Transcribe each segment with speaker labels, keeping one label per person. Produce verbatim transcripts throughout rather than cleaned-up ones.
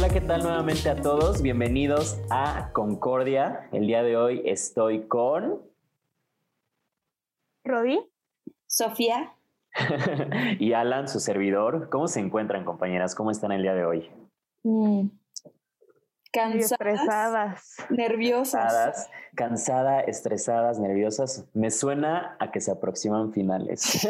Speaker 1: Hola, ¿qué tal nuevamente a todos? Bienvenidos a Concordia. El día de hoy estoy con...
Speaker 2: Rodi.
Speaker 3: Sofía.
Speaker 1: y Alan, su servidor. ¿Cómo se encuentran, compañeras? ¿Cómo están el día de hoy?
Speaker 3: Mm. Cansadas,
Speaker 2: estresadas,
Speaker 3: nerviosas.
Speaker 1: Cansadas, cansadas, estresadas, nerviosas. Me suena a que se aproximan finales.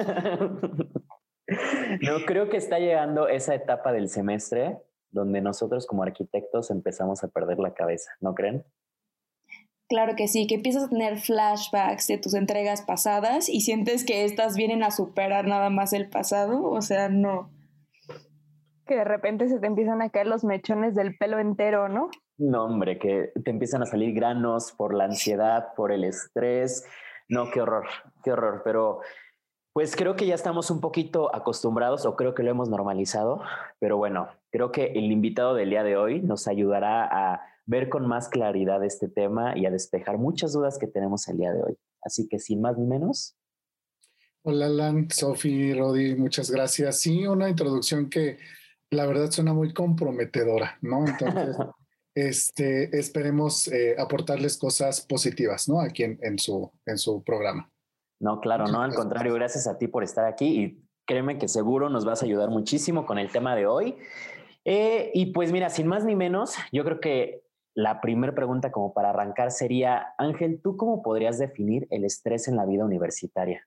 Speaker 1: No, creo que está llegando esa etapa del semestre donde nosotros como arquitectos empezamos a perder la cabeza, ¿no creen?
Speaker 3: Claro que sí, que empiezas a tener flashbacks de tus entregas pasadas y sientes que estas vienen a superar nada más el pasado, o sea, no.
Speaker 2: Que de repente se te empiezan a caer los mechones del pelo entero, ¿no?
Speaker 1: No, hombre, que te empiezan a salir granos por la ansiedad, por el estrés. No, qué horror, qué horror, pero... Pues creo que ya estamos un poquito acostumbrados o creo que lo hemos normalizado, pero bueno, creo que el invitado del día de hoy nos ayudará a ver con más claridad este tema y a despejar muchas dudas que tenemos el día de hoy. Así que sin más ni menos.
Speaker 4: Hola Alan, Sofi, Rodi, muchas gracias. Sí, una introducción que la verdad suena muy comprometedora, ¿no? Entonces, este, esperemos eh, aportarles cosas positivas, ¿no? Aquí en, en, su, en su programa.
Speaker 1: No, claro, no, al contrario, gracias a ti por estar aquí y créeme que seguro nos vas a ayudar muchísimo con el tema de hoy. Eh, y pues mira, sin más ni menos, yo creo que la primera pregunta como para arrancar sería, Ángel, ¿tú cómo podrías definir el estrés en la vida universitaria?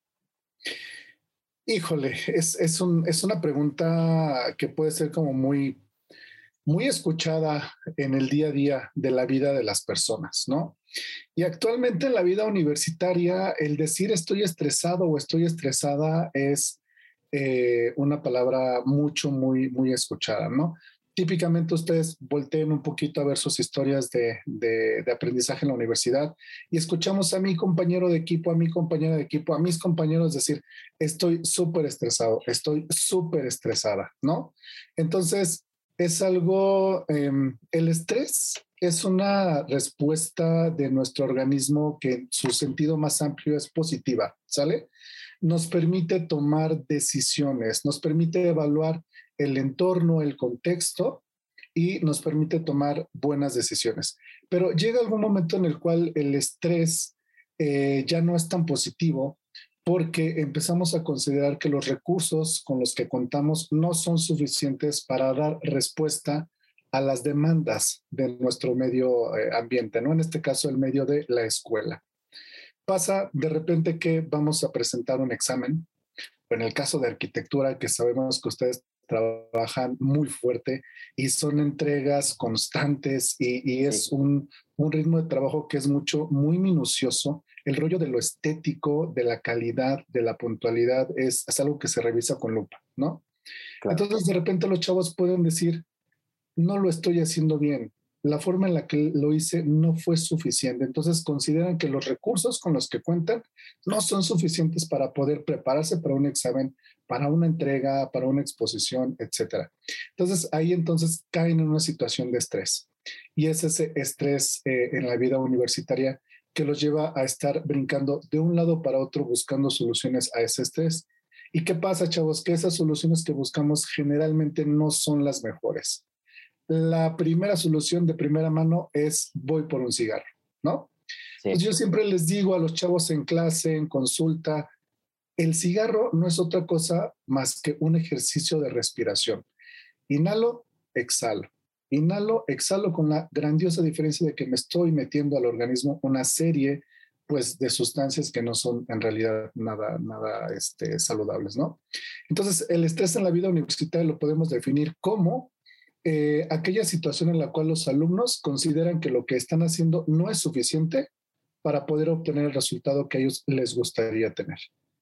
Speaker 4: Híjole, es, es, un, es una pregunta que puede ser como muy, muy escuchada en el día a día de la vida de las personas, ¿no? Y actualmente en la vida universitaria, el decir estoy estresado o estoy estresada es eh, una palabra mucho, muy, muy escuchada, ¿no? Típicamente ustedes volteen un poquito a ver sus historias de, de, de aprendizaje en la universidad y escuchamos a mi compañero de equipo, a mi compañera de equipo, a mis compañeros decir, estoy súper estresado, estoy súper estresada, ¿no? Entonces, es algo, eh, el estrés es una respuesta de nuestro organismo que en su sentido más amplio es positiva, ¿sale? Nos permite tomar decisiones, nos permite evaluar el entorno, el contexto y nos permite tomar buenas decisiones. Pero llega algún momento en el cual el estrés eh, ya no es tan positivo porque empezamos a considerar que los recursos con los que contamos no son suficientes para dar respuesta a las demandas de nuestro medio eh, ambiente, ¿no? En este caso, el medio de la escuela. Pasa de repente que vamos a presentar un examen, en el caso de arquitectura, que sabemos que ustedes trabajan muy fuerte y son entregas constantes y, y es sí. un, un ritmo de trabajo que es mucho, muy minucioso. El rollo de lo estético, de la calidad, de la puntualidad es, es algo que se revisa con lupa, ¿no? Claro. Entonces de repente los chavos pueden decir, no lo estoy haciendo bien, la forma en la que lo hice no fue suficiente. Entonces consideran que los recursos con los que cuentan no son suficientes para poder prepararse para un examen, para una entrega, para una exposición, etcétera. Entonces ahí entonces caen en una situación de estrés. Y es ese estrés eh, en la vida universitaria que los lleva a estar brincando de un lado para otro buscando soluciones a ese estrés. ¿Y qué pasa, chavos? Que esas soluciones que buscamos generalmente no son las mejores. La primera solución de primera mano es voy por un cigarro, ¿no? Sí. Pues yo siempre les digo a los chavos en clase, en consulta, el cigarro no es otra cosa más que un ejercicio de respiración. Inhalo, exhalo. Inhalo, exhalo con la grandiosa diferencia de que me estoy metiendo al organismo una serie pues, de sustancias que no son en realidad nada, nada este, saludables, ¿no? Entonces, el estrés en la vida universitaria lo podemos definir como Eh, aquella situación en la cual los alumnos consideran que lo que están haciendo no es suficiente para poder obtener el resultado que a ellos les gustaría tener.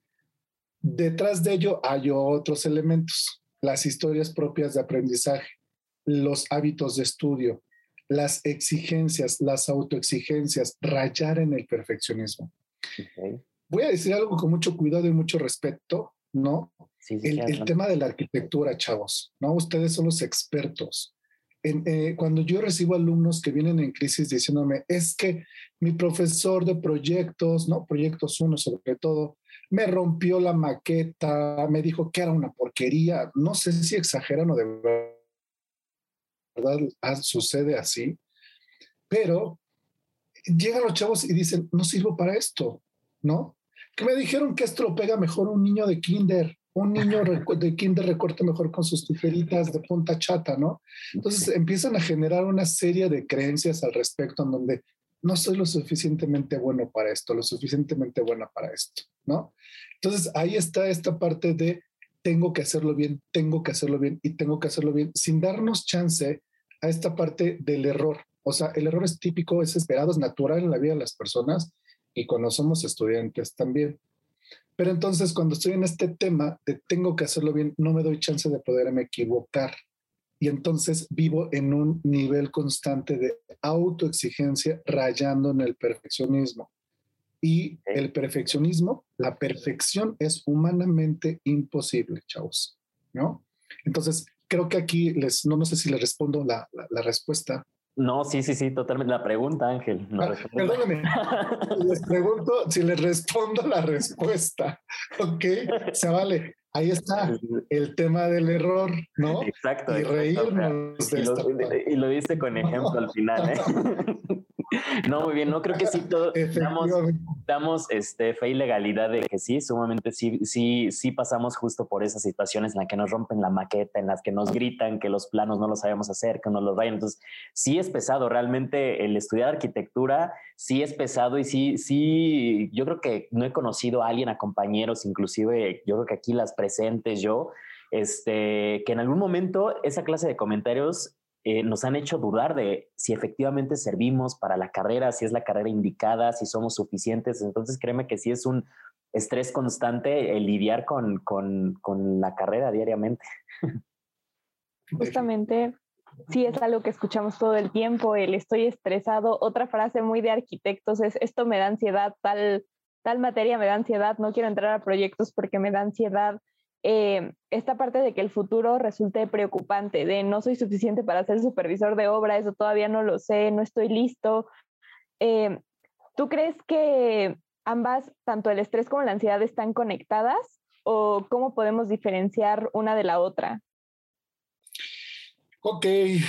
Speaker 4: Detrás de ello hay otros elementos, las historias propias de aprendizaje, los hábitos de estudio, las exigencias, las autoexigencias, rayar en el perfeccionismo. Okay. Voy a decir algo con mucho cuidado y mucho respeto, ¿no? Sí, sí, el, sí, el tema de la arquitectura, chavos, ¿no? Ustedes son los expertos. En, eh, cuando yo recibo alumnos que vienen en crisis diciéndome, es que mi profesor de proyectos, ¿no? Proyectos uno sobre todo, me rompió la maqueta, me dijo que era una porquería. No sé si exageran o de verdad ah, sucede así, pero llegan los chavos y dicen, no sirvo para esto, ¿no? Que me dijeron que esto lo pega mejor un niño de kinder, un niño de kinder recorta mejor con sus tijeritas de punta chata, ¿no? Entonces empiezan a generar una serie de creencias al respecto en donde no soy lo suficientemente bueno para esto, lo suficientemente buena para esto, ¿no? Entonces ahí está esta parte de tengo que hacerlo bien, tengo que hacerlo bien y tengo que hacerlo bien, sin darnos chance a esta parte del error. O sea, el error es típico, es esperado, es natural en la vida de las personas y cuando somos estudiantes también. Pero entonces cuando estoy en este tema de tengo que hacerlo bien, no me doy chance de poderme equivocar. Y entonces vivo en un nivel constante de autoexigencia rayando en el perfeccionismo. Y el perfeccionismo, la perfección es humanamente imposible, chavos, ¿no? Entonces, creo que aquí les, no, no sé si les respondo la, la, la respuesta.
Speaker 1: No, sí, sí, sí, totalmente. La pregunta, Ángel. No
Speaker 4: ah, perdóname. Les pregunto si les respondo la respuesta. Ok, se vale. Ahí está el tema del error, ¿no?
Speaker 1: Exacto.
Speaker 4: Y
Speaker 1: exacto,
Speaker 4: reírnos
Speaker 1: o sea,
Speaker 4: de
Speaker 1: y,
Speaker 4: esta
Speaker 1: lo, y lo diste con ejemplo al final, ¿eh? No, muy bien. No creo que sí todo, damos, damos este, fe y legalidad de que sí, sumamente sí, sí, sí pasamos justo por esas situaciones en las que nos rompen la maqueta, en las que nos gritan que los planos no los sabemos hacer, que no los rayan. Entonces, sí es pesado. Realmente el estudiar arquitectura sí es pesado y sí, sí, yo creo que no he conocido a alguien, a compañeros, inclusive yo creo que aquí las presentes, yo, este, que en algún momento esa clase de comentarios eh, nos han hecho dudar de si efectivamente servimos para la carrera, si es la carrera indicada, si somos suficientes. Entonces créeme que sí es un estrés constante el lidiar con, con, con la carrera diariamente.
Speaker 2: Justamente, sí es algo que escuchamos todo el tiempo, el estoy estresado. Otra frase muy de arquitectos es esto me da ansiedad, tal, tal materia me da ansiedad, no quiero entrar a proyectos porque me da ansiedad. Eh, esta parte de que el futuro resulte preocupante, de no soy suficiente para ser supervisor de obra, eso todavía no lo sé, no estoy listo. Eh, ¿Tú crees que ambas, tanto el estrés como la ansiedad, están conectadas o cómo podemos diferenciar una de la otra?
Speaker 4: Ok,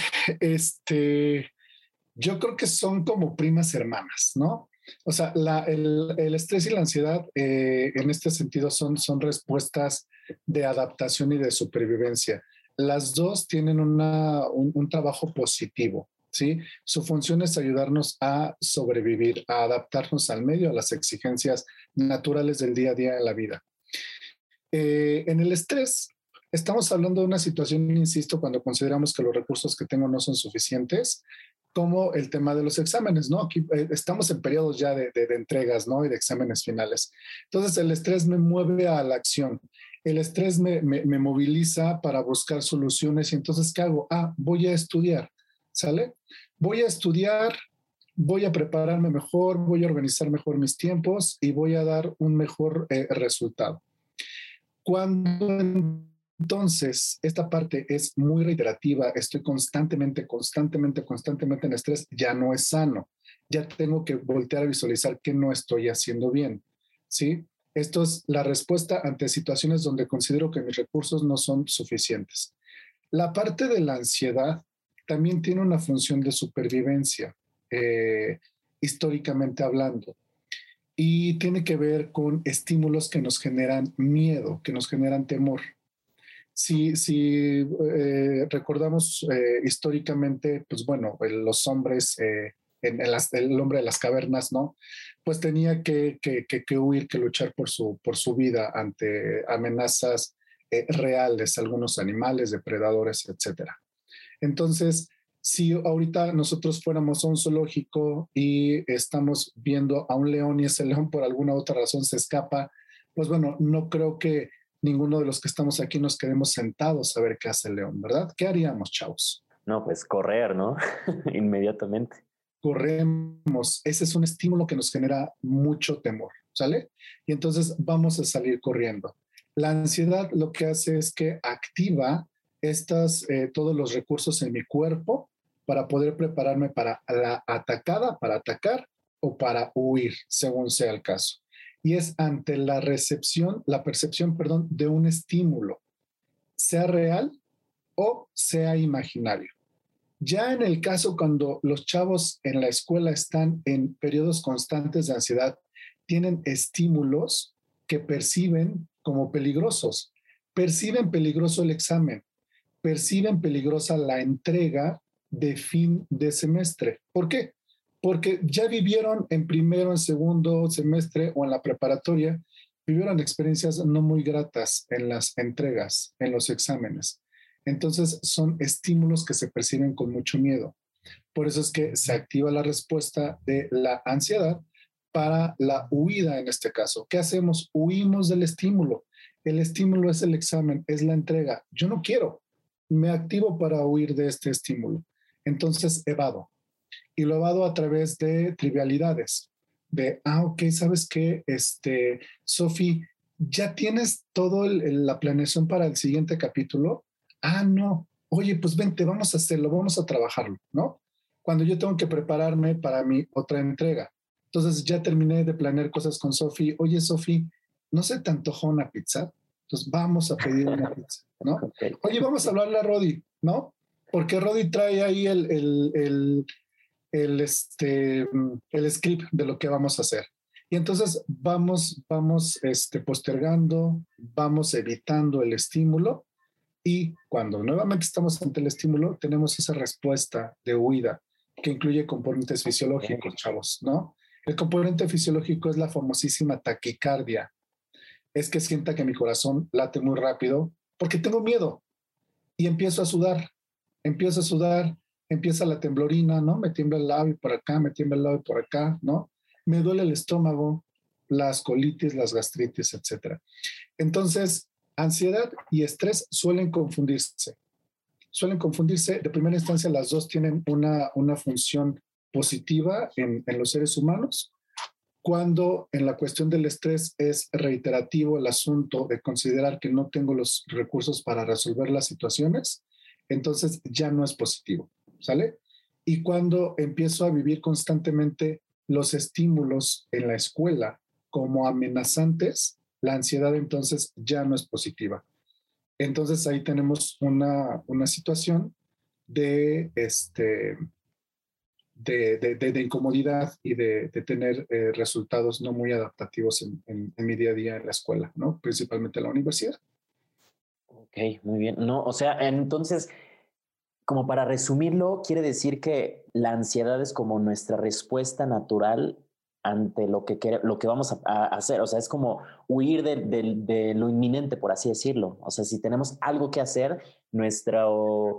Speaker 4: este, yo creo que son como primas hermanas, ¿no? O sea, la, el, el, estrés y la ansiedad eh, en este sentido son, son respuestas de adaptación y de supervivencia. Las dos tienen una, un, un trabajo positivo, ¿sí? Su función es ayudarnos a sobrevivir, a adaptarnos al medio, a las exigencias naturales del día a día en la vida. Eh, en el estrés, estamos hablando de una situación, insisto, cuando consideramos que los recursos que tengo no son suficientes, como el tema de los exámenes, ¿no? Aquí eh, estamos en periodos ya de, de, de entregas, ¿no? Y de exámenes finales. Entonces, el estrés me mueve a la acción. El estrés me, me, me moviliza para buscar soluciones. Y entonces, ¿qué hago? Ah, voy a estudiar, ¿sale? Voy a estudiar, voy a prepararme mejor, voy a organizar mejor mis tiempos y voy a dar un mejor eh, resultado. Cuando entonces esta parte es muy reiterativa, estoy constantemente, constantemente, constantemente en estrés, ya no es sano. Ya tengo que voltear a visualizar qué no estoy haciendo bien, ¿sí? Esto es la respuesta ante situaciones donde considero que mis recursos no son suficientes. La parte de la ansiedad también tiene una función de supervivencia, eh, históricamente hablando. Y tiene que ver con estímulos que nos generan miedo, que nos generan temor. Si, si eh, recordamos eh, históricamente, pues bueno, los hombres, eh, en, en las, el hombre de las cavernas, ¿no? Pues tenía que, que, que, que huir, que luchar por su, por su vida ante amenazas eh, reales, algunos animales, depredadores, etcétera. Entonces, si ahorita nosotros fuéramos a un zoológico y estamos viendo a un león y ese león por alguna otra razón se escapa, pues bueno, no creo que ninguno de los que estamos aquí nos quedemos sentados a ver qué hace el león, ¿verdad? ¿Qué haríamos, chavos?
Speaker 1: No, pues correr, ¿no? Inmediatamente.
Speaker 4: Corremos. Ese es un estímulo que nos genera mucho temor, ¿sale? Y entonces vamos a salir corriendo. La ansiedad lo que hace es que activa estas, eh, todos los recursos en mi cuerpo para poder prepararme para la atacada, para atacar o para huir, según sea el caso. Y es ante la recepción, la percepción, perdón, de un estímulo, sea real o sea imaginario. Ya en el caso cuando los chavos en la escuela están en periodos constantes de ansiedad, tienen estímulos que perciben como peligrosos. Perciben peligroso el examen, perciben peligrosa la entrega de fin de semestre. ¿Por qué? Porque ya vivieron en primero, en segundo semestre o en la preparatoria, vivieron experiencias no muy gratas en las entregas, en los exámenes. Entonces son estímulos que se perciben con mucho miedo. Por eso es que se activa la respuesta de la ansiedad para la huida en este caso. ¿Qué hacemos? Huimos del estímulo. El estímulo es el examen, es la entrega. Yo no quiero, me activo para huir de este estímulo. Entonces evado. Y lo evado a través de trivialidades. De, ah, ok, ¿sabes qué? Este, Sofi, ¿ya tienes toda la planeación para el siguiente capítulo? Ah, no. Oye, pues vente, vamos a hacerlo, vamos a trabajarlo, ¿no? Cuando yo tengo que prepararme para mi otra entrega. Entonces ya terminé de planear cosas con Sofi. Oye, Sofi, ¿no se te antojó una pizza? Entonces vamos a pedir una pizza, ¿no? Okay. Oye, vamos a hablarle a Rodi, ¿no? Porque Rodi trae ahí el, el, el, el, este, el script de lo que vamos a hacer. Y entonces vamos, vamos este, postergando, vamos evitando el estímulo. Y cuando nuevamente estamos ante el estímulo, tenemos esa respuesta de huida que incluye componentes fisiológicos, chavos, ¿no? El componente fisiológico es la famosísima taquicardia. Es que sienta que mi corazón late muy rápido porque tengo miedo y empiezo a sudar, empiezo a sudar, empieza la temblorina, ¿no? Me tiembla el labio por acá, me tiembla el labio por acá, ¿no? Me duele el estómago, las colitis, las gastritis, etcétera. Entonces, ansiedad y estrés suelen confundirse. Suelen confundirse. De primera instancia, las dos tienen una, una función positiva en, en los seres humanos. Cuando en la cuestión del estrés es reiterativo el asunto de considerar que no tengo los recursos para resolver las situaciones, entonces ya no es positivo, ¿sale? Y cuando empiezo a vivir constantemente los estímulos en la escuela como amenazantes, la ansiedad entonces ya no es positiva. Entonces ahí tenemos una, una situación de, este, de, de, de, de incomodidad y de, de tener eh, resultados no muy adaptativos en, en, en mi día a día en la escuela, ¿no? Principalmente en la universidad.
Speaker 1: Ok, muy bien. No, o sea, entonces, como para resumirlo, quiere decir que la ansiedad es como nuestra respuesta natural ante lo que, lo que vamos a, a hacer. O sea, es como huir de, de, de lo inminente, por así decirlo. O sea, si tenemos algo que hacer, nuestro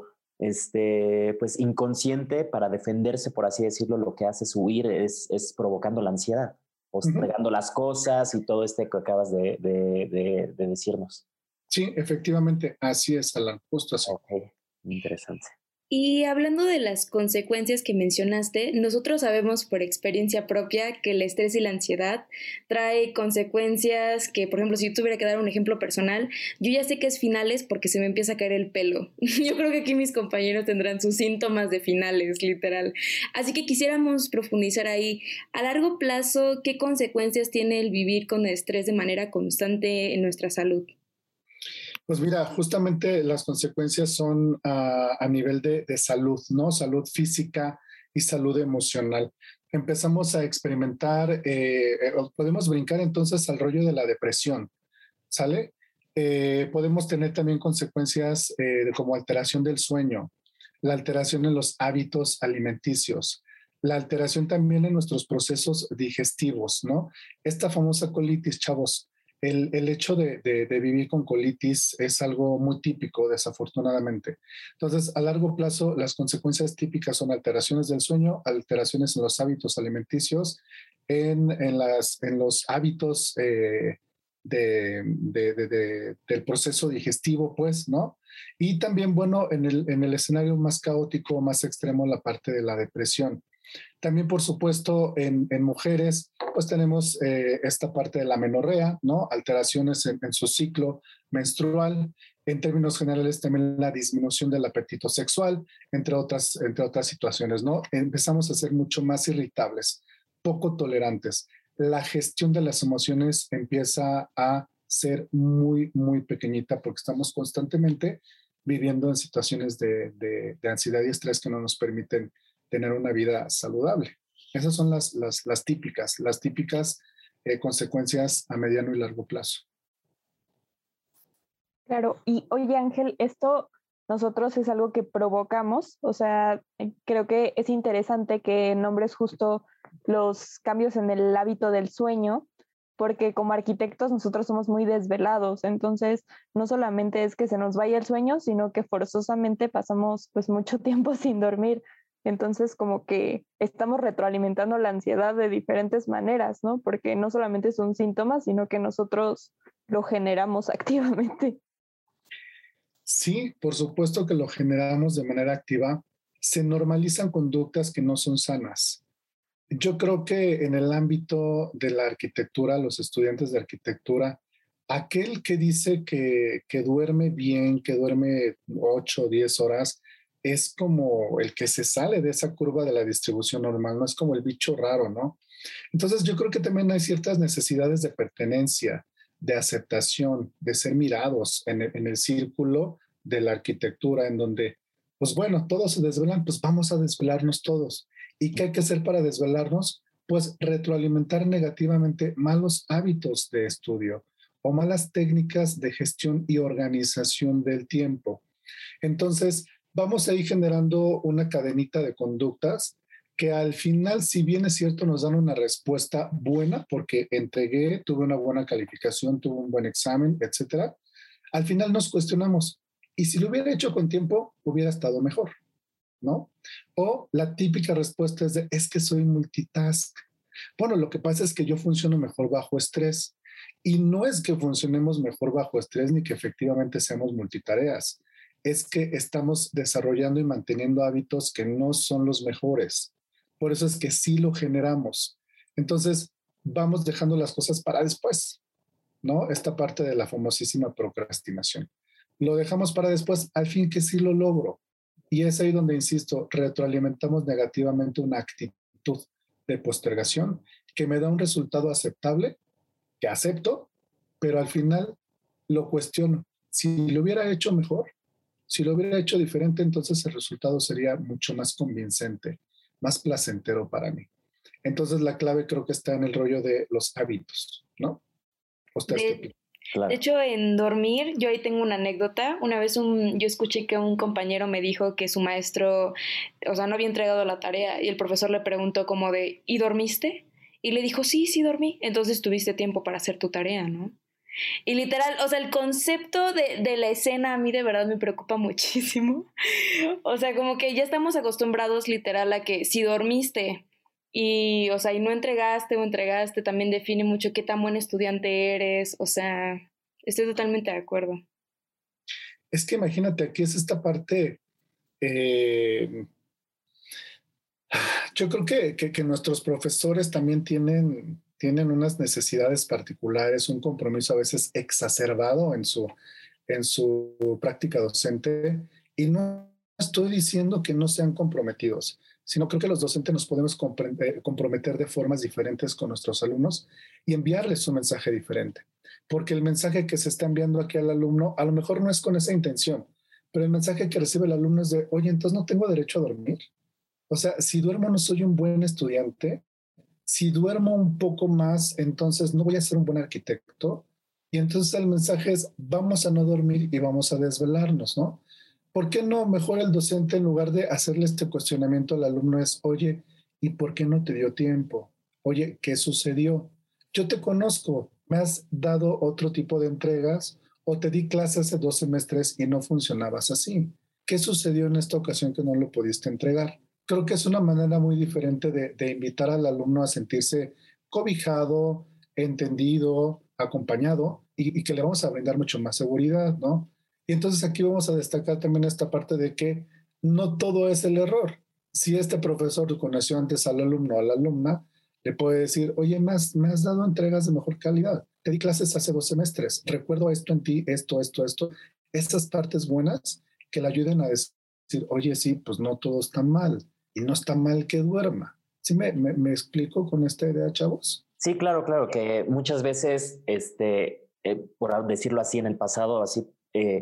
Speaker 1: este, pues, inconsciente para defenderse, por así decirlo, lo que hace es huir, es, es provocando la ansiedad, postergando uh-huh. las cosas y todo este que acabas de, de, de, de decirnos.
Speaker 4: Sí, efectivamente, así es, Alan, justo así.
Speaker 1: Ok, interesante.
Speaker 3: Y hablando de las consecuencias que mencionaste, nosotros sabemos por experiencia propia que el estrés y la ansiedad trae consecuencias que, por ejemplo, si yo tuviera que dar un ejemplo personal, yo ya sé que es finales porque se me empieza a caer el pelo. Yo creo que aquí mis compañeros tendrán sus síntomas de finales, literal. Así que quisiéramos profundizar ahí. A largo plazo, ¿qué consecuencias tiene el vivir con estrés de manera constante en nuestra salud?
Speaker 4: Pues mira, justamente las consecuencias son uh, a nivel de, de salud, ¿no? Salud física y salud emocional. Empezamos a experimentar, eh, podemos brincar entonces al rollo de la depresión, ¿sale? Eh, podemos tener también consecuencias eh, como alteración del sueño, la alteración en los hábitos alimenticios, la alteración también en nuestros procesos digestivos, ¿no? Esta famosa colitis, chavos. El, el hecho de, de, de vivir con colitis es algo muy típico, desafortunadamente. Entonces, a largo plazo, las consecuencias típicas son alteraciones del sueño, alteraciones en los hábitos alimenticios, en, en, las, en los hábitos eh, de, de, de, de, del proceso digestivo, pues, ¿no? Y también, bueno, en el, en el escenario más caótico, más extremo, la parte de la depresión. También, por supuesto, en, en mujeres, pues tenemos eh, esta parte de la menorrea, ¿no? Alteraciones en, en su ciclo menstrual. En términos generales, también la disminución del apetito sexual, entre otras, entre otras situaciones, ¿no? Empezamos a ser mucho más irritables, poco tolerantes. La gestión de las emociones empieza a ser muy, muy pequeñita porque estamos constantemente viviendo en situaciones de, de, de ansiedad y estrés que no nos permiten tener una vida saludable. Esas son las, las, las típicas, las típicas eh, consecuencias a mediano y largo plazo.
Speaker 2: Claro, y oye Ángel, esto nosotros es algo que provocamos, o sea, creo que es interesante que nombres justo los cambios en el hábito del sueño, porque como arquitectos nosotros somos muy desvelados, entonces no solamente es que se nos vaya el sueño, sino que forzosamente pasamos pues mucho tiempo sin dormir, entonces como que estamos retroalimentando la ansiedad de diferentes maneras, ¿no? Porque no solamente son síntomas, sino que nosotros lo generamos activamente.
Speaker 4: Sí, por supuesto que lo generamos de manera activa. Se normalizan conductas que no son sanas. Yo creo que en el ámbito de la arquitectura, los estudiantes de arquitectura, aquel que dice que, que duerme bien, que duerme ocho o diez horas, es como el que se sale de esa curva de la distribución normal, no es como el bicho raro, ¿no? Entonces yo creo que también hay ciertas necesidades de pertenencia, de aceptación, de ser mirados en el, en el círculo de la arquitectura, en donde, pues bueno, todos se desvelan, pues vamos a desvelarnos todos. ¿Y qué hay que hacer para desvelarnos? Pues retroalimentar negativamente malos hábitos de estudio o malas técnicas de gestión y organización del tiempo. Entonces, vamos a ir generando una cadenita de conductas que al final, si bien es cierto, nos dan una respuesta buena porque entregué, tuve una buena calificación, tuve un buen examen, etcétera. Al final nos cuestionamos, ¿y si lo hubiera hecho con tiempo, hubiera estado mejor? ¿No? O la típica respuesta es de, es que soy multitask. Bueno, lo que pasa es que yo funciono mejor bajo estrés. Y no es que funcionemos mejor bajo estrés ni que efectivamente seamos multitareas. Es que estamos desarrollando y manteniendo hábitos que no son los mejores. Por eso es que sí lo generamos. Entonces, vamos dejando las cosas para después, ¿no? Esta parte de la famosísima procrastinación. Lo dejamos para después, al fin que sí lo logro. Y es ahí donde, insisto, retroalimentamos negativamente una actitud de postergación que me da un resultado aceptable, que acepto, pero al final lo cuestiono. Si lo hubiera hecho mejor, si lo hubiera hecho diferente, entonces el resultado sería mucho más convincente, más placentero para mí. Entonces la clave creo que está en el rollo de los hábitos, ¿no?
Speaker 3: De, claro. de hecho, en dormir, yo ahí tengo una anécdota. Una vez un, yo escuché que un compañero me dijo que su maestro, o sea, no había entregado la tarea y el profesor le preguntó como de, ¿y dormiste? Y le dijo, sí, sí dormí. Entonces tuviste tiempo para hacer tu tarea, ¿no? Y literal, o sea, el concepto de, de la escena a mí de verdad me preocupa muchísimo. O sea, como que ya estamos acostumbrados literal a que si dormiste y, o sea, y no entregaste o entregaste, también define mucho qué tan buen estudiante eres. O sea, estoy totalmente de acuerdo.
Speaker 4: Es que imagínate, aquí es esta parte... Eh, yo creo que, que, que nuestros profesores también tienen... tienen unas necesidades particulares, un compromiso a veces exacerbado en su, en su práctica docente. Y no estoy diciendo que no sean comprometidos, sino creo que los docentes nos podemos comprometer de formas diferentes con nuestros alumnos y enviarles un mensaje diferente. Porque el mensaje que se está enviando aquí al alumno a lo mejor no es con esa intención, pero el mensaje que recibe el alumno es de, oye, entonces no tengo derecho a dormir. O sea, si duermo no soy un buen estudiante. Si duermo un poco más, entonces no voy a ser un buen arquitecto. Y entonces el mensaje es, vamos a no dormir y vamos a desvelarnos, ¿no? ¿Por qué no? Mejor el docente, en lugar de hacerle este cuestionamiento al alumno, es, oye, ¿y por qué no te dio tiempo? Oye, ¿qué sucedió? Yo te conozco, me has dado otro tipo de entregas o te di clases hace dos semestres y no funcionabas así. ¿Qué sucedió en esta ocasión que no lo pudiste entregar? Creo que es una manera muy diferente de, de invitar al alumno a sentirse cobijado, entendido, acompañado y, y que le vamos a brindar mucho más seguridad, ¿no? Y entonces aquí vamos a destacar también esta parte de que no todo es el error. Si este profesor conoció antes al alumno o a la alumna, le puede decir, oye, me has, me has dado entregas de mejor calidad. Te di clases hace dos semestres. Recuerdo esto en ti, esto, esto, esto. Estas partes buenas que le ayuden a decir, oye, sí, pues no todo está mal. Y no está mal que duerma. ¿Sí me, me, me explico con esta idea, chavos?
Speaker 1: Sí, claro, claro, que muchas veces, este, eh, por decirlo así, en el pasado, así, eh,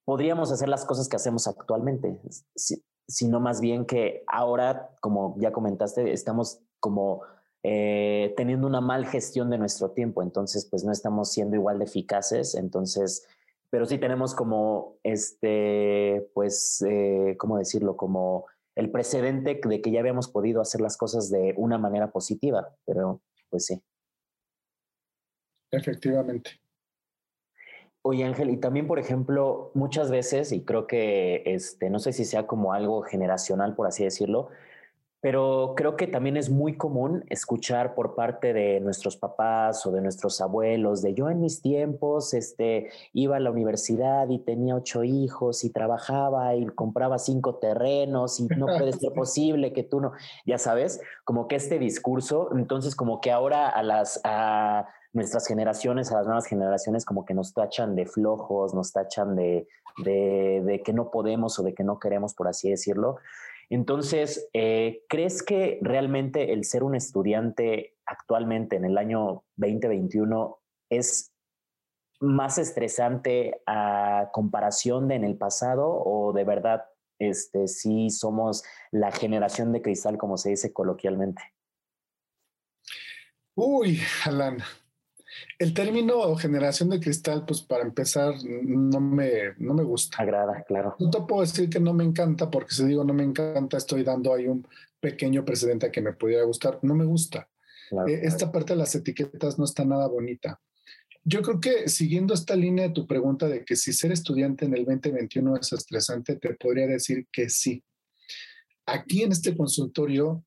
Speaker 1: podríamos hacer las cosas que hacemos actualmente, si, sino más bien que ahora, como ya comentaste, estamos como eh, teniendo una mal gestión de nuestro tiempo, entonces pues no estamos siendo igual de eficaces, entonces, pero sí tenemos como este, pues, eh, ¿cómo decirlo? Como el precedente de que ya habíamos podido hacer las cosas de una manera positiva, pero pues sí.
Speaker 4: Efectivamente.
Speaker 1: Oye, Ángel, y también, por ejemplo, muchas veces, y creo que este, no sé si sea como algo generacional, por así decirlo, pero creo que también es muy común escuchar por parte de nuestros papás o de nuestros abuelos, de yo en mis tiempos este, iba a la universidad y tenía ocho hijos y trabajaba y compraba cinco terrenos y no puede ser posible que tú no, ya sabes, como que este discurso, entonces como que ahora a las... A, nuestras generaciones, a las nuevas generaciones, como que nos tachan de flojos, nos tachan de, de, de que no podemos o de que no queremos, por así decirlo. Entonces, eh, ¿crees que realmente el ser un estudiante actualmente en el año veinte veintiuno es más estresante a comparación de en el pasado o de verdad este, sí somos la generación de cristal, como se dice coloquialmente?
Speaker 4: Uy, Alan, el término generación de cristal, pues para empezar, no me, no me gusta.
Speaker 1: Agrada, claro.
Speaker 4: No te puedo decir que no me encanta, porque si digo no me encanta, estoy dando ahí un pequeño precedente a que me pudiera gustar. No me gusta.
Speaker 1: Claro,
Speaker 4: Eh, esta parte de las etiquetas no está nada bonita. Yo creo que siguiendo esta línea de tu pregunta de que si ser estudiante en el veinte veintiuno es estresante, te podría decir que sí. Aquí en este consultorio,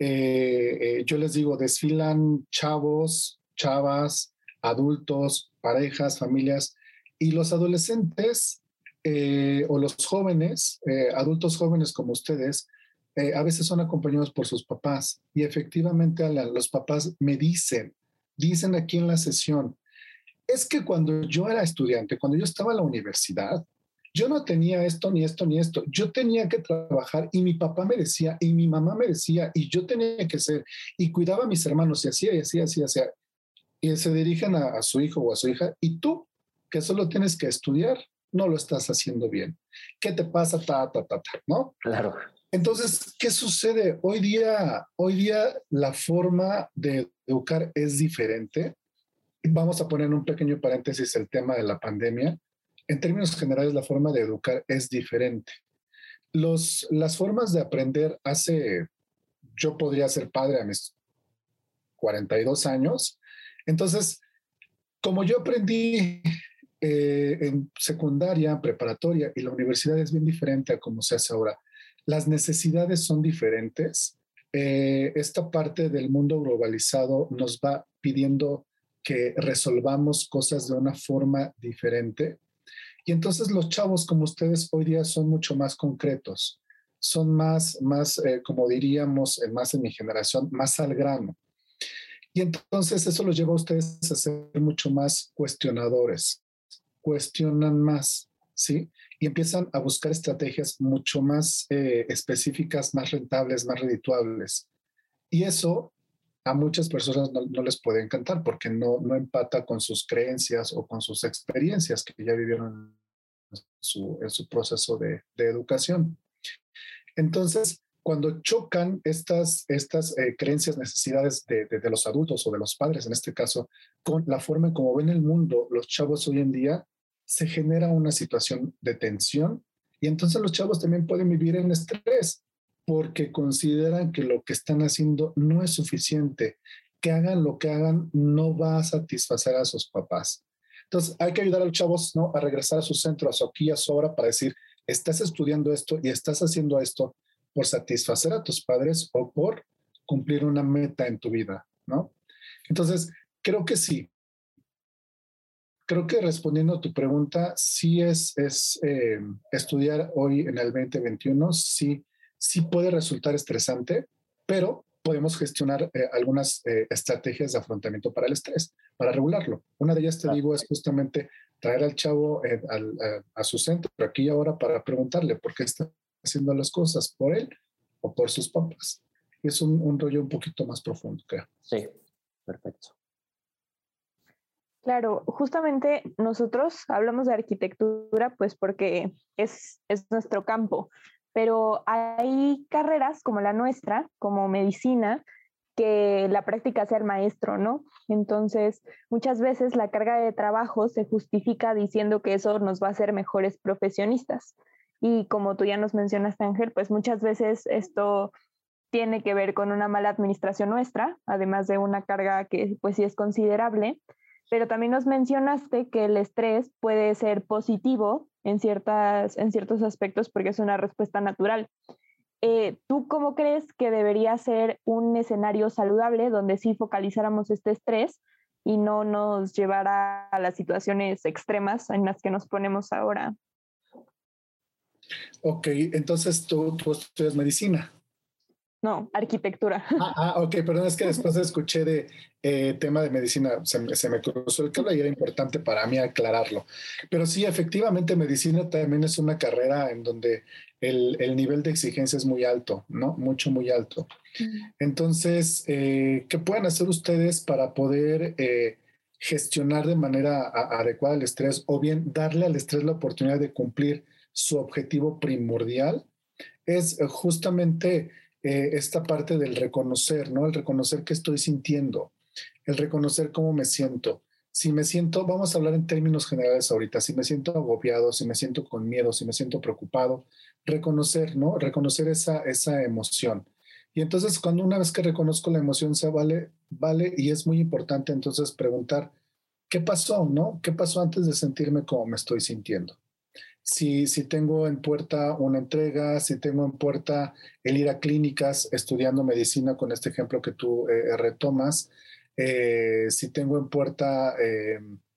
Speaker 4: eh, eh, yo les digo, desfilan chavos, chavas, adultos, parejas, familias, y los adolescentes eh, o los jóvenes, eh, adultos jóvenes como ustedes, eh, a veces son acompañados por sus papás. Y efectivamente, Alan, los papás me dicen, dicen aquí en la sesión, es que cuando yo era estudiante, cuando yo estaba en la universidad, yo no tenía esto, ni esto, ni esto. Yo tenía que trabajar y mi papá me decía, y mi mamá me decía, y yo tenía que ser, y cuidaba a mis hermanos, y hacía, y hacía, así, hacía. Y se dirigen a, a su hijo o a su hija, y tú, que solo tienes que estudiar, no lo estás haciendo bien. ¿Qué te pasa? Ta, ta, ta, ta, ¿no?
Speaker 1: claro.
Speaker 4: Entonces, ¿qué sucede? Hoy día, hoy día la forma de educar es diferente. Vamos a poner en un pequeño paréntesis el tema de la pandemia. En términos generales, la forma de educar es diferente. Los, las formas de aprender hace, yo podría ser padre a mis cuarenta y dos años. Entonces, como yo aprendí eh, en secundaria, preparatoria y la universidad es bien diferente a como se hace ahora. Las necesidades son diferentes. Eh, esta parte del mundo globalizado nos va pidiendo que resolvamos cosas de una forma diferente. Y entonces los chavos como ustedes hoy día son mucho más concretos, son más, más eh, como diríamos, eh, más en mi generación, más al grano. Y entonces eso los lleva a ustedes a ser mucho más cuestionadores, cuestionan más, ¿sí? Y empiezan a buscar estrategias mucho más eh, específicas, más rentables, más redituables. Y eso a muchas personas no, no les puede encantar porque no, no empata con sus creencias o con sus experiencias que ya vivieron en su, en su proceso de, de educación. Entonces, cuando chocan estas, estas eh, creencias, necesidades de, de, de los adultos o de los padres, en este caso, con la forma en cómo ven el mundo los chavos hoy en día, se genera una situación de tensión y entonces los chavos también pueden vivir en estrés porque consideran que lo que están haciendo no es suficiente, que hagan lo que hagan no va a satisfacer a sus papás. Entonces hay que ayudar a los chavos, ¿no?, a regresar a su centro, a su aquí, a su hora, para decir, estás estudiando esto y estás haciendo esto por satisfacer a tus padres o por cumplir una meta en tu vida, ¿no? Entonces, creo que sí. Creo que respondiendo a tu pregunta, sí es, es eh, estudiar hoy en el veinte veintiuno, sí, sí puede resultar estresante, pero podemos gestionar eh, algunas eh, estrategias de afrontamiento para el estrés, para regularlo. Una de ellas, te digo, es justamente traer al chavo eh, al, a, a su centro, aquí y ahora, para preguntarle por qué está haciendo las cosas, por él o por sus papás. Es un, un rollo un poquito más profundo, creo.
Speaker 1: Sí, perfecto.
Speaker 2: Claro, justamente nosotros hablamos de arquitectura pues porque es, es nuestro campo, pero hay carreras como la nuestra, como medicina, que la práctica sea el maestro, ¿no? Entonces, muchas veces la carga de trabajo se justifica diciendo que eso nos va a hacer mejores profesionistas. Y como tú ya nos mencionaste, Ángel, pues muchas veces esto tiene que ver con una mala administración nuestra, además de una carga que pues sí es considerable, pero también nos mencionaste que el estrés puede ser positivo en, ciertas, en ciertos aspectos porque es una respuesta natural. Eh, ¿Tú cómo crees que debería ser un escenario saludable donde sí focalizáramos este estrés y no nos llevara a las situaciones extremas en las que nos ponemos ahora?
Speaker 4: Ok, entonces tú, tú estudias medicina.
Speaker 2: No, arquitectura.
Speaker 4: Ah, ah, ok, perdón, es que después escuché de eh, tema de medicina, se, me- se me cruzó el cable y era importante para mí aclararlo. Pero sí, efectivamente, medicina también es una carrera en donde el, el nivel de exigencia es muy alto, ¿no? Mucho, muy alto.
Speaker 2: Mm.
Speaker 4: Entonces, eh, ¿qué pueden hacer ustedes para poder eh, gestionar de manera a- adecuada el estrés o bien darle al estrés la oportunidad de cumplir su objetivo primordial? Es eh, justamente eh, esta parte del reconocer, ¿no? El reconocer qué estoy sintiendo, el reconocer cómo me siento. Si me siento, vamos a hablar en términos generales ahorita, si me siento agobiado, si me siento con miedo, si me siento preocupado, reconocer, ¿no? Reconocer esa, esa emoción. Y entonces cuando una vez que reconozco la emoción, se vale, vale, y es muy importante entonces preguntar, ¿qué pasó, no? ¿Qué pasó antes de sentirme como me estoy sintiendo? Si, si tengo en puerta una entrega, si tengo en puerta el ir a clínicas estudiando medicina, con este ejemplo que tú eh, retomas, eh, si tengo en puerta eh,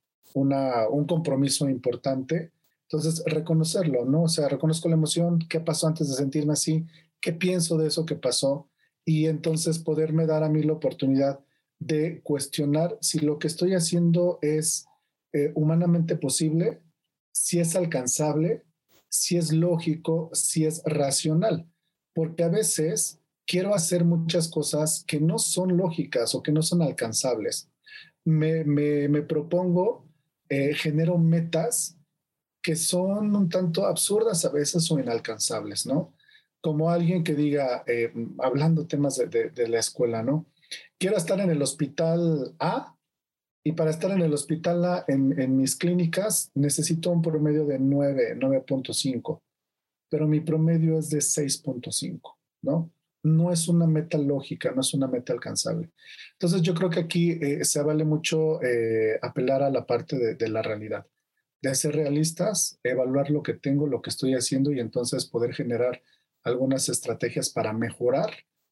Speaker 4: una, un compromiso importante, entonces reconocerlo, ¿no? O sea, reconozco la emoción, qué pasó antes de sentirme así, qué pienso de eso que pasó, y entonces poderme dar a mí la oportunidad de cuestionar si lo que estoy haciendo es eh, humanamente posible, si es alcanzable, si es lógico, si es racional, porque a veces quiero hacer muchas cosas que no son lógicas o que no son alcanzables. Me, me, me propongo, eh, genero metas que son un tanto absurdas a veces o inalcanzables, ¿no? Como alguien que diga, eh, hablando temas de, de, de la escuela, ¿no? Quiero estar en el hospital A y para estar en el hospital A, en, en mis clínicas, necesito un promedio de nueve, nueve punto cinco, pero mi promedio es de seis punto cinco, ¿no? No es una meta lógica, no es una meta alcanzable. Entonces yo creo que aquí eh, se vale mucho eh, apelar a la parte de, de la realidad, de ser realistas, evaluar lo que tengo, lo que estoy haciendo y entonces poder generar algunas estrategias para mejorar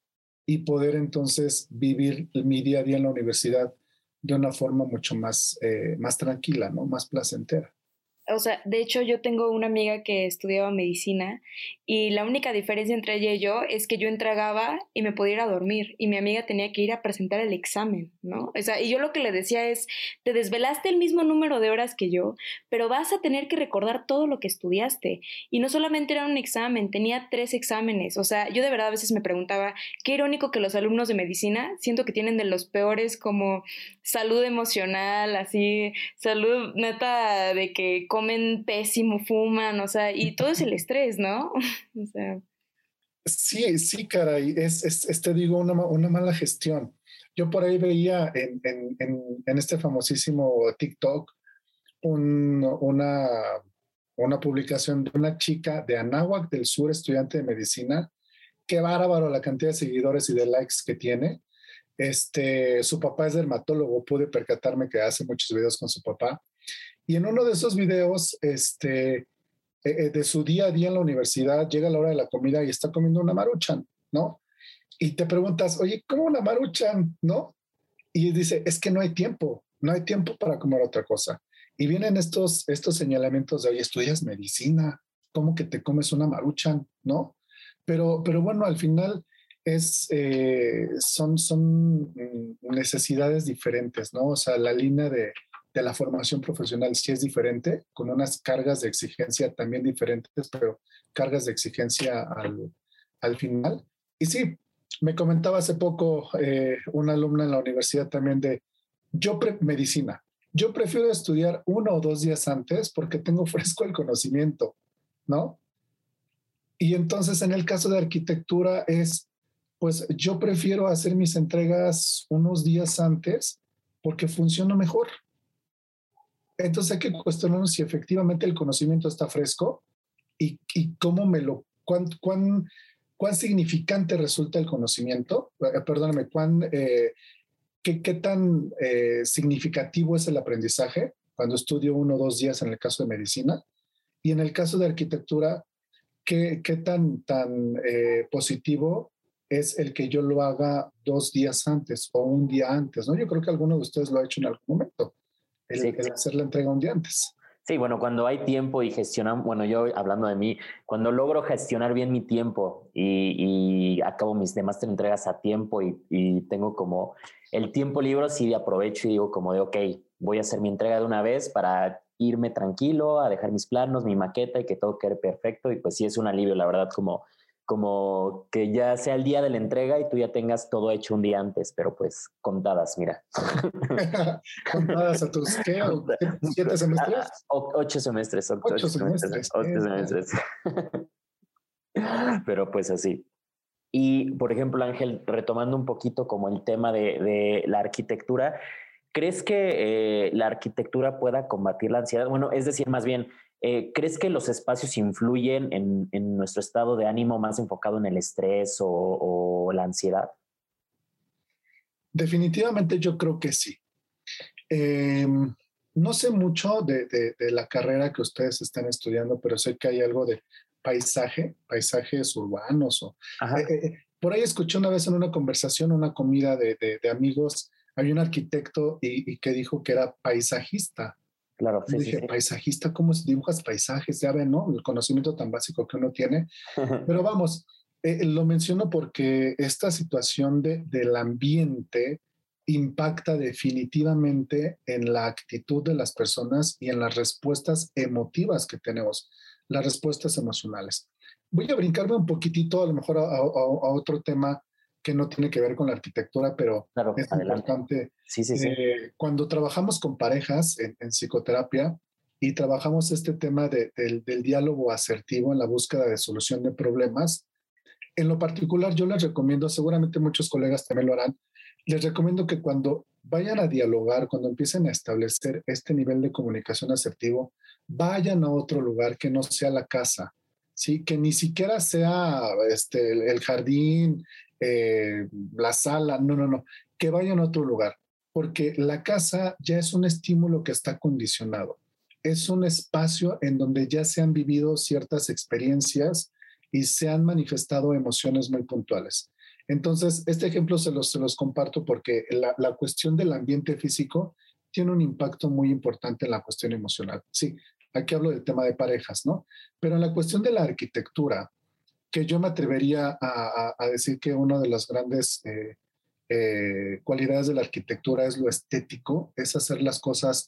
Speaker 4: y poder entonces vivir mi día a día en la universidad de una forma mucho más, eh, más tranquila, ¿no? Más placentera.
Speaker 3: O sea, de hecho yo tengo una amiga que estudiaba medicina y la única diferencia entre ella y yo es que yo entregaba y me podía ir a dormir y mi amiga tenía que ir a presentar el examen, ¿no? O sea, y yo lo que le decía es, te desvelaste el mismo número de horas que yo, pero vas a tener que recordar todo lo que estudiaste. Y no solamente era un examen, tenía tres exámenes. O sea, yo de verdad a veces me preguntaba, qué irónico que los alumnos de medicina siento que tienen de los peores como salud emocional, así, salud neta de que comen pésimo, fuman, o sea, y todo es el estrés, ¿no? O sea.
Speaker 4: Sí, sí, caray, es, es, es te digo, una, una mala gestión. Yo por ahí veía en, en, en, en este famosísimo TikTok un, una, una publicación de una chica de Anáhuac del Sur, estudiante de medicina. Qué bárbaro la cantidad de seguidores y de likes que tiene. Este, su papá es dermatólogo, pude percatarme que hace muchos videos con su papá. Y en uno de esos videos, este, eh, de su día a día en la universidad, llega la hora de la comida y está comiendo una maruchan, ¿no? Y te preguntas, oye, ¿cómo una maruchan, no? Y dice, es que no hay tiempo, no hay tiempo para comer otra cosa. Y vienen estos, estos señalamientos de, oye, estudias medicina, ¿cómo que te comes una maruchan, no? Pero, pero bueno, al final es, eh, son, son necesidades diferentes, ¿no? O sea, la línea de, de la formación profesional sí es diferente, con unas cargas de exigencia también diferentes, pero cargas de exigencia al, al final. Y sí, me comentaba hace poco eh, una alumna en la universidad también de, yo pre medicina, yo prefiero estudiar uno o dos días antes porque tengo fresco el conocimiento, ¿no? Y entonces en el caso de arquitectura es, pues yo prefiero hacer mis entregas unos días antes porque funciona mejor. Entonces hay que cuestionarnos si efectivamente el conocimiento está fresco y, y cómo me lo, cuán, cuán, cuán significante resulta el conocimiento, eh, perdóname, cuán, eh, qué, qué tan eh, significativo es el aprendizaje cuando estudio uno o dos días en el caso de medicina, y en el caso de arquitectura, qué, qué tan, tan eh, positivo es el que yo lo haga dos días antes o un día antes, ¿no? Yo creo que alguno de ustedes lo ha hecho en algún momento, el,
Speaker 1: Sí.
Speaker 4: el hacer la entrega un día antes.
Speaker 1: Sí, bueno, cuando hay tiempo y gestionan, bueno, yo hablando de mí, cuando logro gestionar bien mi tiempo y, y acabo mis demás entregas a tiempo y, y tengo como el tiempo libre, sí aprovecho y digo como de, ok, voy a hacer mi entrega de una vez para irme tranquilo, a dejar mis planos, mi maqueta y que todo quede perfecto. Y pues sí es un alivio, la verdad, como, como que ya sea el día de la entrega y tú ya tengas todo hecho un día antes, pero pues contadas, mira.
Speaker 4: Contadas a tus, ¿qué? ¿Siete semestres?
Speaker 1: O, ocho semestres. Ocho,
Speaker 4: Ocho
Speaker 1: ocho semestres.
Speaker 4: semestres.
Speaker 1: Ocho semestres. Pero pues así. Y, por ejemplo, Ángel, retomando un poquito como el tema de, de la arquitectura, ¿crees que eh, la arquitectura pueda combatir la ansiedad? Bueno, es decir, más bien, eh, ¿crees que los espacios influyen en, en nuestro estado de ánimo más enfocado en el estrés o, o la ansiedad?
Speaker 4: Definitivamente yo creo que sí. Eh, no sé mucho de, de, de la carrera que ustedes están estudiando, pero sé que hay algo de paisaje, paisajes urbanos. O, eh, eh, por ahí escuché una vez en una conversación, una comida de, de, de amigos, había un arquitecto y, y que dijo que era paisajista.
Speaker 1: Claro, sí,
Speaker 4: Y
Speaker 1: sí,
Speaker 4: dije,
Speaker 1: sí.
Speaker 4: paisajista, ¿cómo dibujas paisajes? Ya ven, ¿no? El conocimiento tan básico que uno tiene. Pero vamos, eh, lo menciono porque esta situación de, del ambiente impacta definitivamente en la actitud de las personas y en las respuestas emotivas que tenemos, las respuestas emocionales. Voy a brincarme un poquitito, a lo mejor a, a, a otro tema que no tiene que ver con la arquitectura, pero
Speaker 1: Claro,
Speaker 4: es
Speaker 1: adelante.
Speaker 4: importante.
Speaker 1: Sí, sí, sí.
Speaker 4: Eh, cuando trabajamos con parejas en, en psicoterapia y trabajamos este tema de, de, del diálogo asertivo en la búsqueda de solución de problemas, en lo particular yo les recomiendo, seguramente muchos colegas también lo harán, les recomiendo que cuando vayan a dialogar, cuando empiecen a establecer este nivel de comunicación asertivo, vayan a otro lugar que no sea la casa, ¿sí? Que ni siquiera sea este, el, el jardín, eh, la sala, no, no, no, que vayan a otro lugar, porque la casa ya es un estímulo que está condicionado, es un espacio en donde ya se han vivido ciertas experiencias y se han manifestado emociones muy puntuales. Entonces, este ejemplo se los, se los comparto porque la, la cuestión del ambiente físico tiene un impacto muy importante en la cuestión emocional. Sí, aquí hablo del tema de parejas, ¿no? Pero en la cuestión de la arquitectura, que yo me atrevería a, a, a decir que una de las grandes eh, eh, cualidades de la arquitectura es lo estético, es hacer las cosas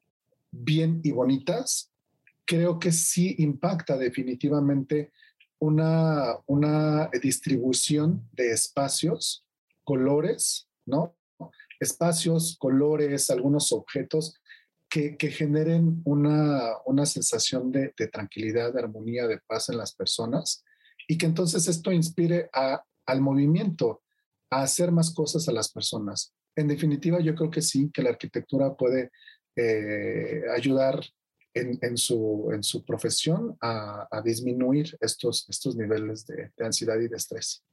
Speaker 4: bien y bonitas, creo que sí impacta definitivamente una, una distribución de espacios, colores, ¿no? Espacios, colores, algunos objetos que, que generen una, una sensación de, de tranquilidad, de armonía, de paz en las personas y que entonces esto inspire a, al movimiento, a hacer más cosas a las personas. En definitiva, yo creo que sí, que la arquitectura puede eh, ayudar en, en, su, en su profesión a, a disminuir estos, estos niveles de, de ansiedad y de estrés.